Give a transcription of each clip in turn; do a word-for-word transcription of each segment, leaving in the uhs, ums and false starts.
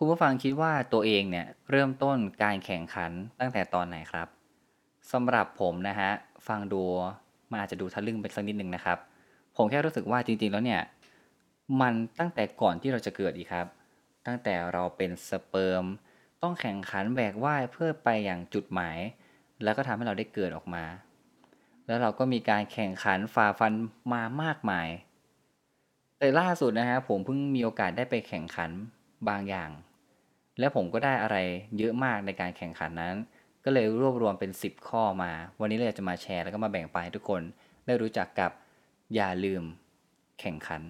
คุณผู้ฟังคิดว่าตัวเองเนี่ยเริ่มต้นการแข่งขันตั้งแต่ตอนไหนครับสำหรับผมนะฮะฟังดูมันอาจจะดูทะลึ่งไปสักนิดนึงนะครับผมแค่รู้สึกว่าจริงๆแล้วเนี่ยมันตั้งแต่ก่อนที่เราจะเกิดอีกครับตั้งแต่เราเป็นสเปิร์มต้องแข่งขันแบกว่ายเพื่อไปอย่างจุดหมายแล้วก็ทำให้เราได้เกิดออกมาแล้วเราก็มีการแข่งขันฝ่าฟันมามากมายแต่ล่าสุดนะฮะผมเพิ่งมีโอกาสได้ไปแข่งขันบางอย่าง และผมก็ได้อะไรเยอะมากในการแข่งขันนั้น ก็เลยรวบรวมเป็นสิบข้อมา วันนี้เราจะมาแชร์แล้วก็มาแบ่งปันให้ทุกคนได้รู้จักกับอย่าลืมแข่งขัน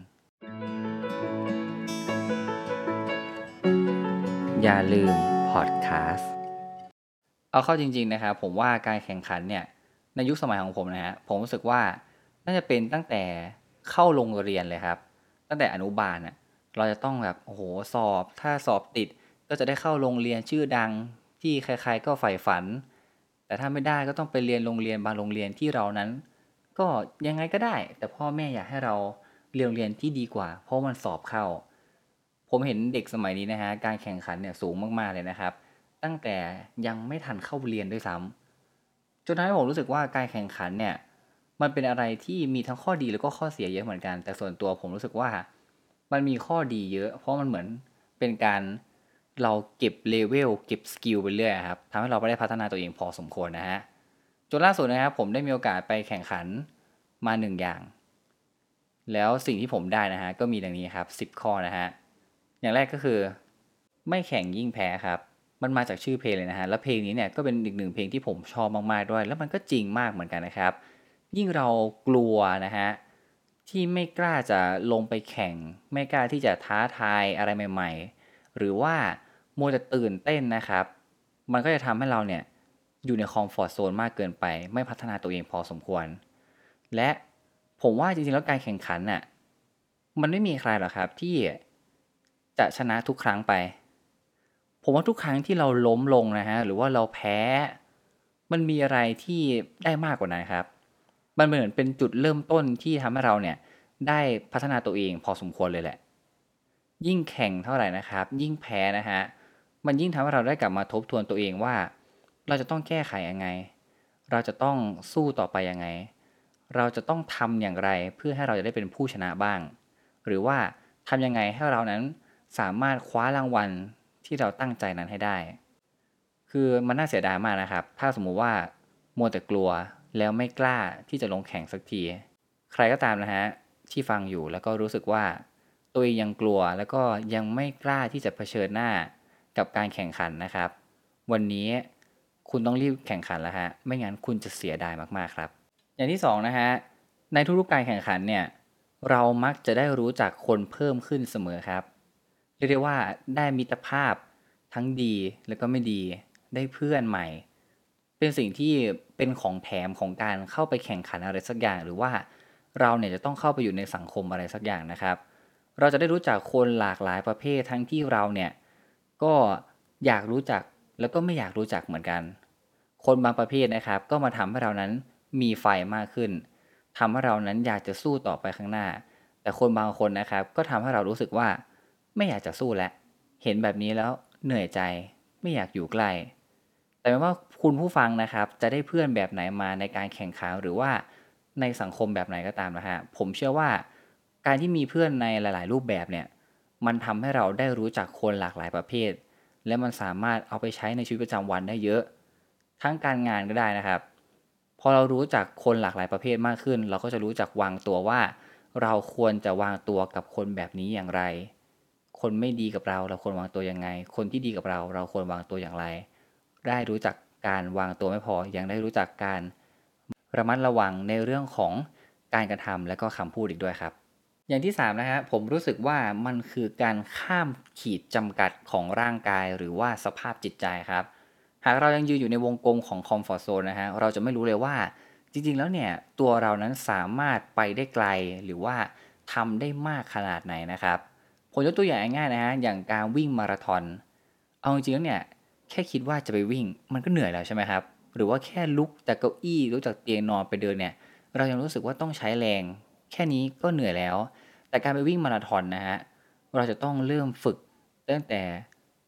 อย่าลืมพอดแคสต์เอาเข้าจริงๆนะครับผมว่าการแข่งขันเนี่ยในยุคสมัยของผมนะฮะผมรู้สึกว่าน่าจะเป็นตั้งแต่เข้าโรงเรียนเลยครับตั้งแต่อนุบาลน่ะเราจะต้องแบบโอ้โหสอบถ้าสอบติด ก็จะได้เข้าโรงเรียนชื่อดังที่ใครๆก็ใฝ่ฝันแต่ถ้าไม่ได้ก็ต้องไปเรียนโรงเรียนบางโรงเรียนที่เรานั้นก็ยังไงก็ได้แต่พ่อแม่อยากให้เราเรียนโรงเรียนที่ดีกว่าเพราะมันสอบเข้าผมเห็นเด็กสมัยนี้นะฮะการแข่งขันเนี่ยสูงมากๆเลยนะครับตั้งแต่ยังไม่ทันเข้าเรียนด้วยซ้ำจนทำให้ผมรู้สึกว่าการแข่งขันเนี่ยมันเป็นอะไรที่มีทั้งข้อดีแล้วก็ข้อเสียเยอะเหมือนกันแต่ส่วนตัวผมรู้สึกว่ามันมีข้อดีเยอะเพราะมันเหมือนเป็นการ เราเก็บเลเวลเก็บสกิลไปเรื่อยครับทำให้เราได้พัฒนาตัวเองพอสมควรนะฮะจนล่าสุดนะครับผมได้มีโอกาสไปแข่งขันมาหนึ่งอย่างแล้วสิ่งที่ผมได้นะฮะก็มีดังนี้ครับสิบข้อนะฮะอย่างแรกก็คือไม่แข่งยิ่งแพ้ครับมันมาจากชื่อเพลงเลยนะฮะแล้วเพลงนี้เนี่ยก็เป็นอีกหนึ่งเพลงที่ผมชอบมากๆด้วยแล้วมันก็จริงมากเหมือนกันนะครับยิ่งเรากลัวนะฮะที่ไม่กล้าจะลงไปแข่งไม่กล้าที่จะท้าทายอะไรใหม่ๆ หรือว่ามัวแต่ตื่นเต้นนะครับมันก็จะทำให้เราเนี่ยอยู่ในคอมฟอร์ z โซนมากเกินไปไม่พัฒนาตัวเองพอสมควรและผมว่าจริงๆแล้วการแข่งขันน่ะมันไม่มีใครหรอกครับที่จะชนะทุกครั้งไปผมว่าทุกครั้งที่เราล้มลงนะฮะหรือว่าเราแพ้มันมีอะไรที่ได้มากกว่านั้นครับมันเหมือนเป็นจุดเริ่มต้นที่ทำให้เราเนี่ยได้พัฒนาตัวเองพอสมควรเลยแหละ ยิ่งแข่งเท่าไหร่นะครับยิ่งแพ้นะฮะมันยิ่งทำให้เราได้กลับมาทบทวนตัวเองว่าเราจะต้องแก้ไขยังไงเราจะต้องสู้ต่อไปยังไงเราจะต้องทำอย่างไรเพื่อให้เราจะได้เป็นผู้ชนะบ้างหรือว่าทำยังไงให้เรานั้นสามารถคว้ารางวัลที่เราตั้งใจนั้นให้ได้คือมันน่าเสียดายมากนะครับถ้าสมมุติว่ามัวแต่กลัวแล้วไม่กล้าที่จะลงแข่งสักทีใครก็ตามนะฮะที่ฟังอยู่แล้วก็รู้สึกว่า ตัวเองยังกลัวแล้วก็ยังไม่กล้าที่จะเผชิญหน้ากับการแข่งขันนะครับวันนี้คุณต้องรีบแข่งขันแล้วฮะไม่งั้นคุณจะเสียดายมากๆครับอย่างที่สองนะฮะในทุกๆการแข่งขันเนี่ยเรามักจะได้รู้จักคนเพิ่มขึ้นเสมอครับเรียกได้ว่าได้มิตรภาพทั้งดีแล้วก็ไม่ดีได้เพื่อนใหม่เป็นสิ่งที่เป็นของแถมของการเข้าไปแข่งขันอะไรสักอย่างหรือว่าเราเนี่ยจะต้องเข้าไปอยู่ในสังคมอะไรสักอย่างนะครับ เราจะได้รู้จักคนหลากหลายประเภททั้งที่เราเนี่ยก็อยากรู้จักแล้วก็ไม่อยากรู้จักเหมือนกันคนบางประเภทนะครับก็มาทำให้เรานั้นมีไฟมากขึ้นทำให้เรานั้นอยากจะสู้ต่อไปข้างหน้าแต่คนบางคนนะครับก็ทำให้เรารู้สึกว่าไม่อยากจะสู้แล้วเห็นแบบนี้แล้วเหนื่อยใจไม่อยากอยู่ใกล้แต่ไม่ว่าคุณผู้ฟังนะครับจะได้เพื่อนแบบไหนมาในการแข่งขันหรือว่าในสังคมแบบไหนก็ตามนะฮะผมเชื่อว่า การที่มีเพื่อนในหลายๆรูปแบบเนี่ยมันทำให้เราได้รู้จักคนหลากหลายประเภทและมันสามารถเอาไปใช้ในชีวิตประจำวันได้เยอะทั้งการงานก็ได้นะครับพอเรารู้จักคนหลากหลายประเภทมากขึ้นเราก็จะรู้จักวางตัวว่าเราควรจะวางตัวกับคนแบบนี้อย่างไรคนไม่ดีกับเราเราควรวางตัวยังไงคนที่ดีกับเราเราควรวางตัวอย่างไรได้รู้จักการวางตัวไม่พอยังได้รู้จักการระมัดระวังในเรื่องของการกระทำและก็คำพูดอีกด้วยครับ อย่างที่สามนะฮะผมรู้สึกว่ามันคือการข้ามขีดจำกัดของร่างกายหรือว่าสภาพจิตใจครับหากเรายังยืนอยู่ในวงกลมของคอมฟอร์ z โซนนะฮะเราจะไม่รู้เลยว่าจริงๆแล้วเนี่ยตัวเรานั้นสามารถไปได้ไกลหรือว่าทำได้มากขนาดไหนนะครับผมยกตัวอย่างง่ายๆนะฮะอย่างการวิ่งมาราธอนเอาจริงๆแล้วเนี่ยแค่คิดว่าจะไปวิ่งมันก็เหนื่อยแล้วใช่ไหมครับหรือว่าแค่ลุกจากเก้าอี้ลุกจากเตียงนอนไปเดินเนี่ยเรายังรู้สึกว่าต้องใช้แรงแค่นี้ก็เหนื่อยแล้ว แต่การไปวิ่งมาราธอนนะฮะเราจะต้องเริ่มฝึกตั้งแต่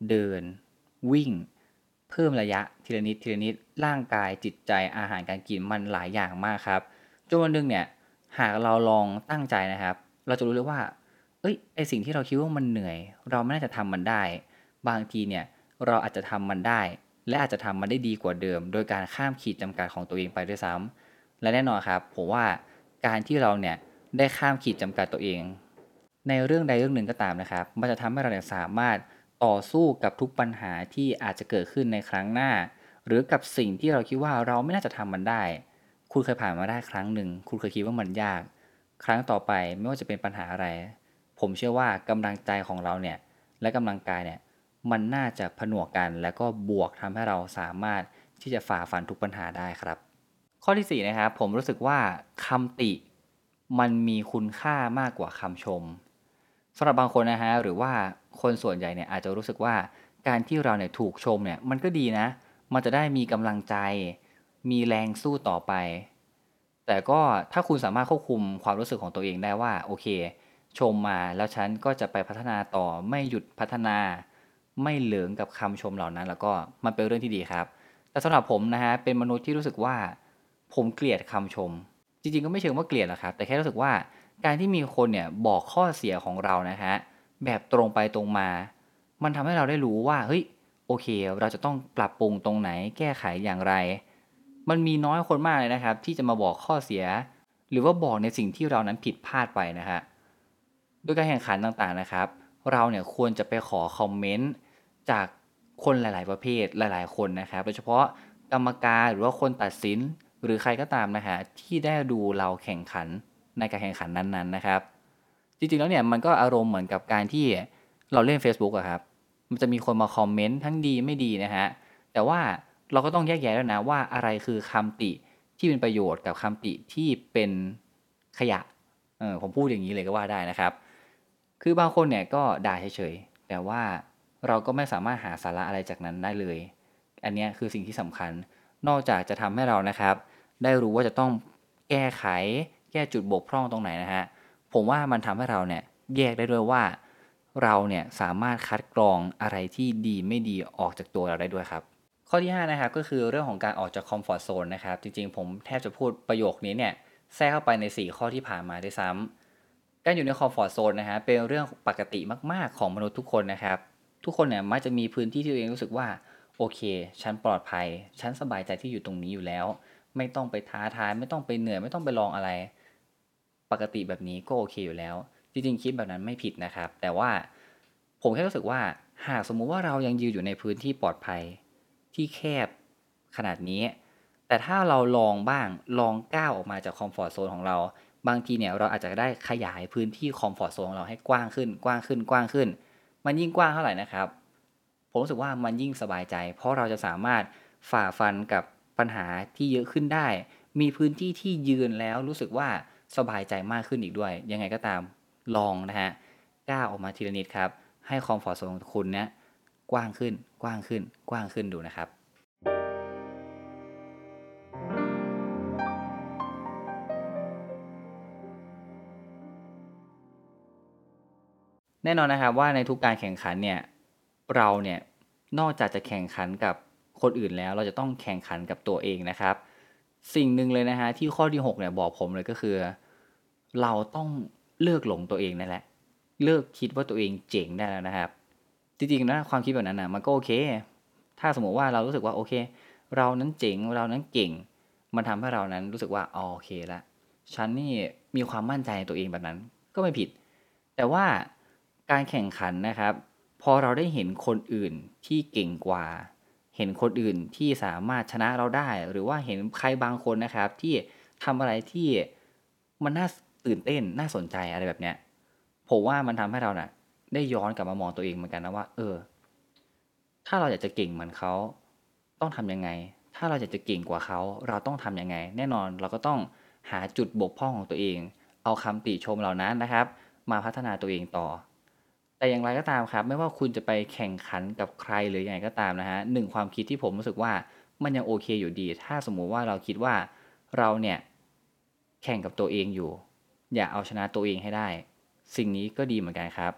เดินวิ่งเพิ่มระยะทีละนิดทีละนิดร่างกายจิตใจอาหารการกินมันหลายอย่างมากครับจนวันหนึ่งเนี่ยหากเราลองตั้งใจนะครับเราจะรู้เลยว่าเอ้ยไอสิ่งที่เราคิดว่ามันเหนื่อยเราไม่น่าจะทำมันได้บางทีเนี่ยเราอาจจะทำมันได้และอาจจะทำมันได้ดีกว่าเดิมโดยการข้ามขีดจำกัดของตัวเองไปด้วยซ้ำและแน่นอนครับผมว่าการที่เราเนี่ยได้ข้ามขีดจำกัดตัวเองในเรื่องใดเรื่องหนึ่งก็ตามนะครับมันจะทำให้เราเนี่ยสามารถต่อสู้กับทุกปัญหาที่อาจจะเกิดขึ้นในครั้งหน้าหรือกับสิ่งที่เราคิดว่าเราไม่น่าจะทำมันได้คุณเคยผ่านมาได้ครั้งหนึ่งคุณเคยคิดว่ามันยากครั้งต่อไปไม่ว่าจะเป็นปัญหาอะไรผมเชื่อว่ากำลังใจของเราเนี่ยและกำลังกายเนี่ยมันน่าจะผนวกกันแล้วก็บวกทำให้เราสามารถที่จะฝ่าฟันทุกปัญหาได้ครับข้อที่สี่นะครับผมรู้สึกว่าคำติมันมีคุณค่ามากกว่าคำชมสำหรับบางคนนะฮะหรือว่าคนส่วนใหญ่เนี่ยอาจจะรู้สึกว่าการที่เราเนี่ยถูกชมเนี่ยมันก็ดีนะมันจะได้มีกำลังใจมีแรงสู้ต่อไปแต่ก็ถ้าคุณสามารถควบคุมความรู้สึกของตัวเองได้ว่าโอเคชมมาแล้วฉันก็จะไปพัฒนาต่อไม่หยุดพัฒนาไม่เหลิงกับคำชมเหล่านั้นแล้วก็มันเป็นเรื่องที่ดีครับแต่สำหรับผมนะฮะเป็นมนุษย์ที่รู้สึกว่าผมเกลียดคำชมจริงๆก็ไม่เชิงว่าเกลียดหรอกครับแต่แค่รู้สึกว่าการที่มีคนเนี่ยบอกข้อเสียของเรานะฮะแบบตรงไปตรงมามันทำให้เราได้รู้ว่าเฮ้ยโอเคเราจะต้องปรับปรุงตรงไหนแก้ไขอย่างไรมันมีน้อยคนมากเลยนะครับที่จะมาบอกข้อเสียหรือว่าบอกในสิ่งที่เรานั้นผิดพลาดไปนะฮะโดยการแข่งขันต่างๆนะครับเราเนี่ยควรจะไปขอคอมเมนต์จากคนหลายๆประเภทหลายๆคนนะครับโดยเฉพาะกรรมการหรือว่าคนตัดสินหรือใครก็ตามนะฮะที่ได้ดูเราแข่งขันในการแข่งขันนั้นๆนะครับจริงๆแล้วเนี่ยมันก็อารมณ์เหมือนกับการที่เราเล่น Facebook อะครับมันจะมีคนมาคอมเมนต์ทั้งดีไม่ดีนะฮะแต่ว่าเราก็ต้องแยกแยะด้วยนะว่าอะไรคือคำติที่เป็นประโยชน์กับคำติที่เป็นขยะเออผมพูดอย่างนี้เลยก็ว่าได้นะครับคือบางคนเนี่ยก็ด่าเฉยๆแต่ว่าเราก็ไม่สามารถหาสาระอะไรจากนั้นได้เลยอันนี้คือสิ่งที่สำคัญนอกจากจะทำให้เรานะครับได้รู้ว่าจะต้องแก้ไขแก้จุดบกพร่องตรงไหนนะฮะผมว่ามันทำให้เราเนี่ยแยกได้ด้วยว่าเราเนี่ยสามารถคัดกรองอะไรที่ดีไม่ดีออกจากตัวเราได้ด้วยครับข้อที่ห้านะครับก็คือเรื่องของการออกจากคอมฟอร์ z โซนนะครับจริงๆผมแทบจะพูดประโยคนี้เนี่ยแทรกเข้าไปในสี่ข้อที่ผ่านมาด้วยซ้ำการอยู่ในคอมฟอร์ z โซนนะฮะเป็นเรื่องปกติมากๆของมนุษย์ทุกคนนะครับทุกคนเนี่ยมักจะมีพื้นที่ที่ตัวเองรู้สึกว่าโอเคฉันปลอดภัยฉันสบายใจที่อยู่ตรงนี้อยู่แล้วไม่ต้องไปท้าทายไม่ต้องไปเหนื่อยไม่ต้องไปลองอะไรปกติแบบนี้ก็โอเคอยู่แล้วจริงๆคิดแบบนั้นไม่ผิดนะครับแต่ว่าผมแค่รู้สึกว่าหากสมมุติว่าเรายังยืนอยู่ในพื้นที่ปลอดภัยที่แคบขนาดนี้แต่ถ้าเราลองบ้างลองก้าวออกมาจากคอมฟอร์ z โซนของเราบางทีเนี่ยเราอาจจะได้ขยายพื้นที่คอมฟอร์ z โซนของเราให้กว้างขึ้นกว้างขึ้นกว้างขึ้นมันยิ่งกว้างเท่าไหร่นะครับผมรู้สึกว่ามันยิ่งสบายใจเพราะเราจะสามารถฝ่าฟันกับปัญหาที่เยอะขึ้นได้มีพื้นที่ที่ยืนแล้วรู้สึกว่าสบายใจมากขึ้นอีกด้วยยังไงก็ตามลองนะฮะก้าวออกมาทีละนิดครับให้คอมฟอร์ z โซนของคุณเนี่ยกว้างขึ้นกว้างขึ้นกว้างขึ้นดูนะครับแน่นอนนะครับว่าในทุกการแข่งขันเนี่ยเราเนี่ยนอกจากจะแข่งขันกับคนอื่นแล้วเราจะต้องแข่งขันกับตัวเองนะครับสิ่งหนึ่งเลยนะฮะที่ข้อที่หกเนี่ยบอกผมเลยก็คือเราต้องเลิกหลงตัวเองนั่นแหละเลิกคิดว่าตัวเองเจ๋งได้แล้วนะครับจริงๆนะความคิดแบบนั้นนะมันก็โอเคถ้าสมมติว่าเรารู้สึกว่าโอเคเรานั้นเจ๋งเรานั้นเก่งมันทำให้เรานั้นรู้สึกว่าอ๋อโอเคละฉันนี่มีความมั่นใจในตัวเองแบบนั้นก็ไม่ผิดแต่ว่าการแข่งขันนะครับพอเราได้เห็นคนอื่นที่เก่งกว่าเห็นคนอื่นที่สามารถชนะเราได้หรือว่าเห็นใครบางคนนะครับที่ทำอะไรที่มันน่าตื่นเต้นน่าสนใจอะไรแบบเนี้ยผมว่ามันทำให้เราน่ะได้ย้อนกลับมามองตัวเองเหมือนกันนะว่าเออถ้าเราอยากจะเก่งเหมือนเขาต้องทำยังไงถ้าเราอยากจะเก่งกว่าเขาเราต้องทำยังไงแน่นอนเราก็ต้องหาจุดบกพร่องของตัวเองเอาคำติชมเหล่านั้นนะครับมาพัฒนาตัวเองต่อ แต่อย่างไรก็ตามครับไม่ว่าคุณจะไปแข่งขันกับใครหรือยังไงก็ตามนะฮะหนึ่งความคิดที่ผมรู้สึกว่ามันยังโอเคอยู่ดีถ้าสมมุติว่าเราคิดว่าเราเนี่ยแข่งกับตัวเองอยู่อยากเอาชนะตัวเองให้ได้สิ่งนี้ก็ดีเหมือนกันครับแ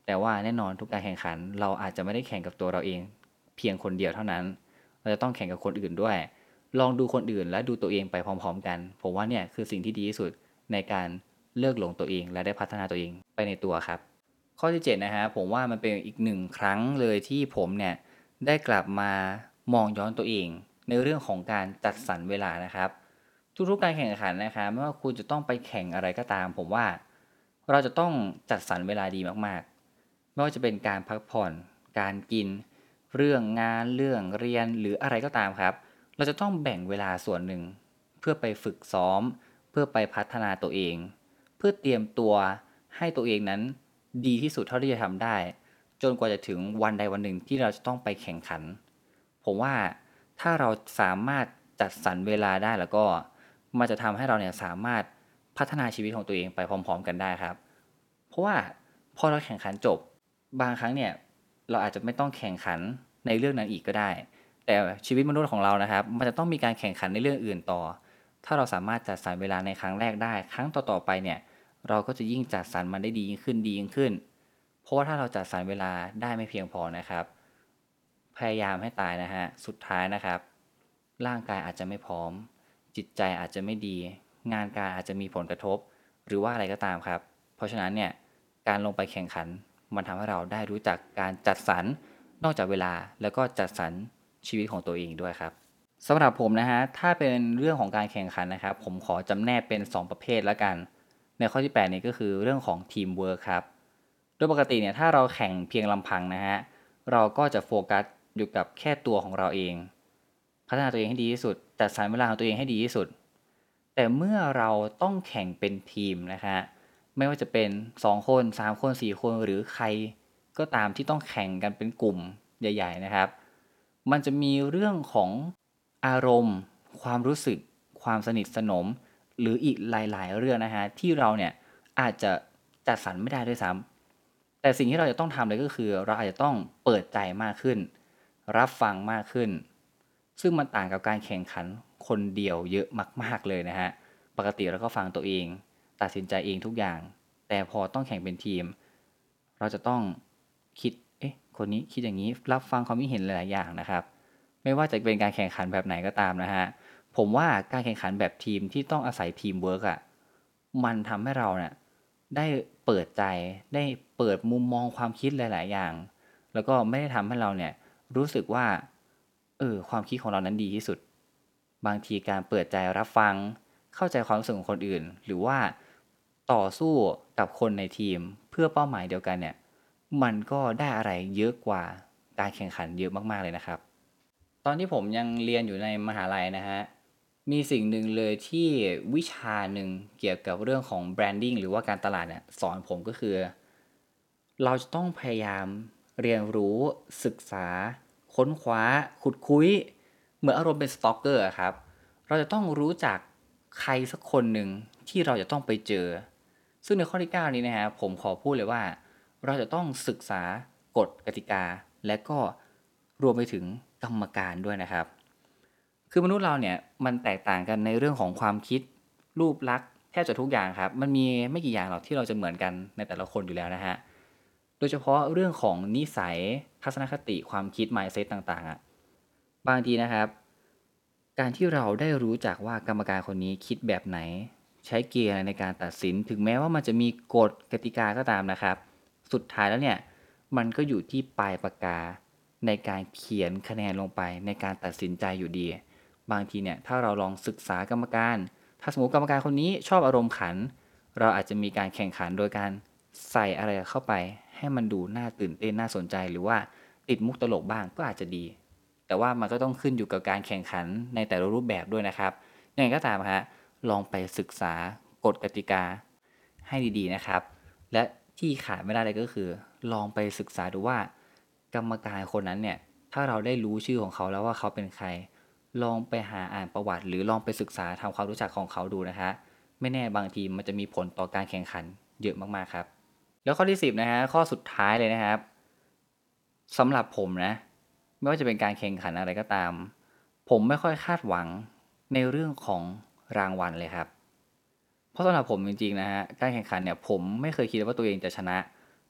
แต่ว่าแน่นอนทุกการแข่งขันเราอาจจะไม่ได้แข่งกับตัวเราเองเพียงคนเดียวเท่านั้นเราจะต้องแข่งกับคนอื่นด้วยลองดูคนอื่นและดูตัวเองไปพร้อมๆกันผมว่าเนี่ยคือสิ่งที่ดีที่สุดในการเลิกหลงตัวเองและได้พัฒนาตัวเองไปในตัวครับข้อที่เจ็ดนะฮะผมว่ามันเป็นอีกหนึ่งครั้งเลยที่ผมเนี่ยได้กลับมามองย้อนตัวเองในเรื่องของการจัดสรรเวลานะครับทุกๆการแข่งขันนะครับไม่ว่าคุณจะต้องไปแข่งอะไรก็ตามผมว่าเราจะต้องจัดสรรเวลาดีมากๆไม่ว่าจะเป็นการพักผ่อนการกินเรื่องงานเรื่องเรียนหรืออะไรก็ตามครับเราจะต้องแบ่งเวลาส่วนหนึ่งเพื่อไปฝึกซ้อมเพื่อไปพัฒนาตัวเองเพื่อเตรียมตัวให้ตัวเองนั้นดีที่สุดเท่าที่จะทำได้จนกว่าจะถึงวันใดวันหนึ่งที่เราจะต้องไปแข่งขันผมว่าถ้าเราสามารถจัดสรรเวลาได้แล้วก็มันจะทำให้เราเนี่ยสามารถพัฒนาชีวิตของตัวเองไปพร้อมๆกันได้ครับเพราะว่าพอเราแข่งขันจบบางครั้งเนี่ยเราอาจจะไม่ต้องแข่งขันในเรื่องนั้นอีกก็ได้แต่ชีวิตมนุษย์ของเรานะครับมันจะต้องมีการแข่งขันในเรื่องอื่นต่อถ้าเราสามารถจัดสรรเวลาในครั้งแรกได้ครั้งต่อๆไปเนี่ยเราก็จะยิ่งจัดสรรมันได้ดียิ่งขึ้นดียิ่งขึ้นเพราะว่าถ้าเราจัดสรรเวลาได้ไม่เพียงพอนะครับพยายามให้ตายนะฮะสุดท้ายนะครับร่างกายอาจจะไม่พร้อมจิตใจอาจจะไม่ดีงานการอาจจะมีผลกระทบหรือว่าอะไรก็ตามครับเพราะฉะนั้นเนี่ยการลงไปแข่งขันมันทำให้เราได้รู้จักการจัดสรรนอกจากเวลาแล้วก็จัดสรรชีวิตของตัวเองด้วยครับสำหรับผมนะฮะถ้าเป็นเรื่องของการแข่งขันนะครับผมขอจำแนกเป็นสองประเภทแล้วกันในข้อที่แปดนี้ก็คือเรื่องของทีมเวิร์คครับโดยปกติเนี่ยถ้าเราแข่งเพียงลำพังนะฮะเราก็จะโฟกัสอยู่กับแค่ตัวของเราเองพัฒนาตัวเองให้ดีที่สุดจัดสรรเวลาของตัวเองให้ดีที่สุดแต่เมื่อเราต้องแข่งเป็นทีมนะฮะไม่ว่าจะเป็นสองคนสามคนสี่คนหรือใครก็ตามที่ต้องแข่งกันเป็นกลุ่มใหญ่ๆนะครับมันจะมีเรื่องของอารมณ์ความรู้สึกความสนิทสนมหรืออีกหลายๆเรื่องนะฮะที่เราเนี่ยอาจจะจัดสรรไม่ได้ด้วยซ้ำแต่สิ่งที่เราจะต้องทำเลยก็คือเราอาจจะต้องเปิดใจมากขึ้นรับฟังมากขึ้นซึ่งมันต่างกับการแข่งขันคนเดียวเยอะมากๆเลยนะฮะปกติเราก็ฟังตัวเองตัดสินใจเองทุกอย่างแต่พอต้องแข่งเป็นทีมเราจะต้องคิดเอ๊ะคนนี้คิดอย่างนี้รับฟังความคิดเห็นหลายๆอย่างนะครับไม่ว่าจะเป็นการแข่งขันแบบไหนก็ตามนะฮะผมว่าการแข่งขันแบบทีมที่ต้องอาศัยทีมเวิร์กอ่ะมันทำให้เราเนี่ยได้เปิดใจได้เปิดมุมมองความคิดหลายๆอย่างแล้วก็ไม่ได้ทำให้เราเนี่ยรู้สึกว่าเออความคิดของเรานั้นดีที่สุดบางทีการเปิดใจรับฟังเข้าใจความรู้สึกของคนอื่นหรือว่าต่อสู้กับคนในทีมเพื่อเป้าหมายเดียวกันเนี่ยมันก็ได้อะไรเยอะกว่าการแข่งขันเยอะมากๆเลยนะครับ ตอนที่ผมยังเรียนอยู่ในมหาลัยนะฮะมีสิ่งหนึ่งเลยที่วิชาหนึ่งเกี่ยวกับเรื่องของแบรนดิ้งหรือว่าการตลาดเนี่ยสอนผมก็คือเราจะต้องพยายามเรียนรู้ศึกษาค้นคว้าขุดคุ้ยเหมือนอารมณ์เป็นสตอกเกอร์ครับเราจะต้องรู้จักใครสักคนหนึ่งที่เราจะต้องไปเจอซึ่งในข้อที่เก้านี้นะฮะผมขอพูดเลยว่าเราจะต้องศึกษากฎกติกาและก็รวมไปถึงกรรมการด้วยนะครับ คือมนุษย์เราเนี่ยมันแตกต่างกันในเรื่องของความคิดรูปลักษณ์แทบจะทุกอย่างครับมันมีไม่กี่อย่างหรอกที่เราจะเหมือนกันในแต่ละคนอยู่แล้วนะฮะโดยเฉพาะเรื่องของนิสัยทัศนคติความคิด mindset ต่างๆอ่ะบางทีนะครับการที่เราได้รู้จักว่ากรรมการคนนี้คิดแบบไหนใช้เกณฑ์อะไรในการตัดสินถึงแม้ว่ามันจะมีกฎกติกาก็ตามนะครับสุดท้ายแล้วเนี่ยมันก็อยู่ที่ปลายปากกาในการเขียนคะแนนลงไปในการตัดสินใจอยู่ดี บางทีเนี่ยถ้าเราลองศึกษากรรมการถ้าสมมติกรรมการคนนี้ชอบอารมณ์ขันเราอาจจะมีการแข่งขันโดยการใส่อะไรเข้าไปให้มันดูน่าตื่นเต้นน่าสนใจหรือว่าติดมุกตลกบ้างก็อาจจะดีแต่ว่ามันก็ต้องขึ้นอยู่กับการแข่งขันในแต่ละรูปแบบด้วยนะครับยังไงก็ตามฮะลองไปศึกษากฎกติกาให้ดีๆนะครับและที่ขาดไม่ได้เลยก็คือลองไปศึกษาดูว่ากรรมการคนนั้นเนี่ยถ้าเราได้รู้ชื่อของเขาแล้วว่าเขาเป็นใคร ลองไปหาอ่านประวัติหรือลองไปศึกษาทำความรู้จักของเขาดูนะฮะไม่แน่บางทีมันจะมีผลต่อการแข่งขันเยอะมากๆครับแล้วข้อที่สิบนะฮะข้อสุดท้ายเลยนะครับสำหรับผมนะไม่ว่าจะเป็นการแข่งขันอะไรก็ตามผมไม่ค่อยคาดหวังในเรื่องของรางวัลเลยครับเพราะสำหรับผมจริงๆนะฮะการแข่งขันเนี่ยผมไม่เคยคิดว่าตัวเองจะชนะ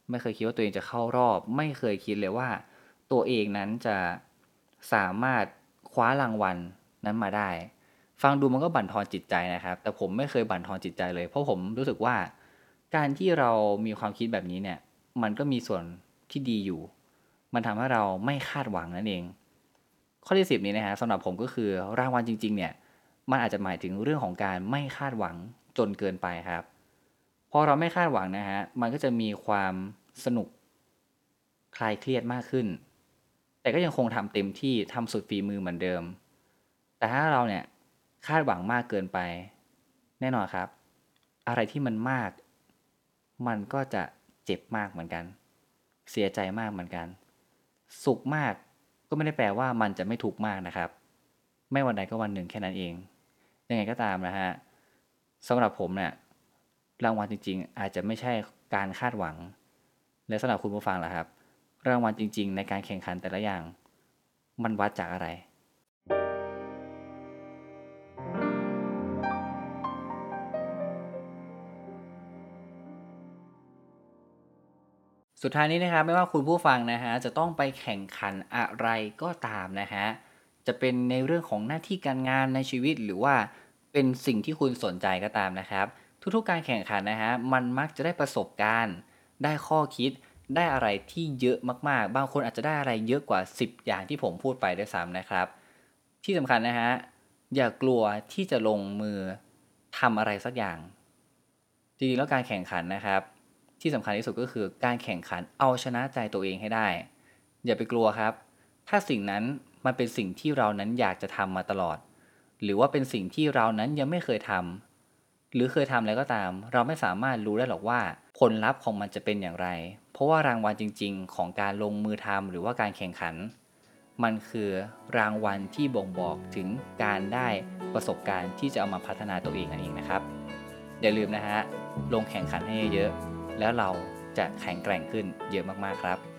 ไม่เคยคิดว่าตัวเองจะเข้ารอบไม่เคยคิดเลยว่าตัวเองนั้นจะสามารถคว้ารางวัลนั้นมาได้ฟังดูมันก็บั่นทอนจิตใจนะครับแต่ผมไม่เคยบั่นทอนจิตใจเลยเพราะผมรู้สึกว่าการที่เรามีความคิดแบบนี้เนี่ยมันก็มีส่วนที่ดีอยู่มันทำให้เราไม่คาดหวังนั่นเองข้อที่สิบนี้นะฮะสำหรับผมก็คือรางวัลจริงๆเนี่ยมันอาจจะหมายถึงเรื่องของการไม่คาดหวังจนเกินไปครับพอเราไม่คาดหวังนะฮะมันก็จะมีความสนุกคลายเครียดมากขึ้นแต่ก็ยังคงทำเต็มที่ทำสุดฝีมือเหมือนเดิมแต่ถ้าเราเนี่ยคาดหวังมากเกินไปแน่นอนครับอะไรที่มันมากมันก็จะเจ็บมากเหมือนกันเสียใจมากเหมือนกันสุขมากก็ไม่ได้แปลว่ามันจะไม่ทุกข์มากนะครับไม่วันใดก็วันหนึ่งแค่นั้นเองยังไงก็ตามนะฮะสำหรับผมเนี่ยรางวัลจริงๆอาจจะไม่ใช่การคาดหวังและสำหรับคุณผู้ฟังล่ะครับรางวัลจริงๆในการแข่งขันแต่ละอย่างมันวัดจากอะไรสุดท้ายนี้นะครับไม่ว่าคุณผู้ฟังนะฮะจะต้องไปแข่งขันอะไรก็ตามนะฮะจะเป็นในเรื่องของหน้าที่การงานในชีวิตหรือว่าเป็นสิ่งที่คุณสนใจก็ตามนะครับทุกๆการแข่งขันนะฮะมันมักจะได้ประสบการณ์ได้ข้อคิดได้อะไรที่เยอะมากๆบางคนอาจจะได้อะไรเยอะกว่าสิบอย่างที่ผมพูดไปด้วยซ้ำนะครับที่สำคัญนะฮะอย่ากลัวที่จะลงมือทำอะไรสักอย่างจริงๆแล้วการแข่งขันนะครับที่สำคัญที่สุดก็คือการแข่งขันเอาชนะใจตัวเองให้ได้อย่าไปกลัวครับถ้าสิ่งนั้นมันเป็นสิ่งที่เรานั้นอยากจะทำมาตลอดหรือว่าเป็นสิ่งที่เรานั้นยังไม่เคยทำหรือเคยทำแล้วก็ตามเราไม่สามารถรู้ได้หรอกว่าผลลัพธ์ของมันจะเป็นอย่างไรเพราะว่ารางวัลจริงๆของการลงมือทำหรือว่าการแข่งขันมันคือรางวัลที่บ่งบอกถึงการได้ประสบการณ์ที่จะเอามาพัฒนาตัวเองนั่นเองนะครับอย่าลืมนะฮะลงแข่งขันให้เยอะแล้วเราจะแข็งแกร่งขึ้นเยอะมากๆครับ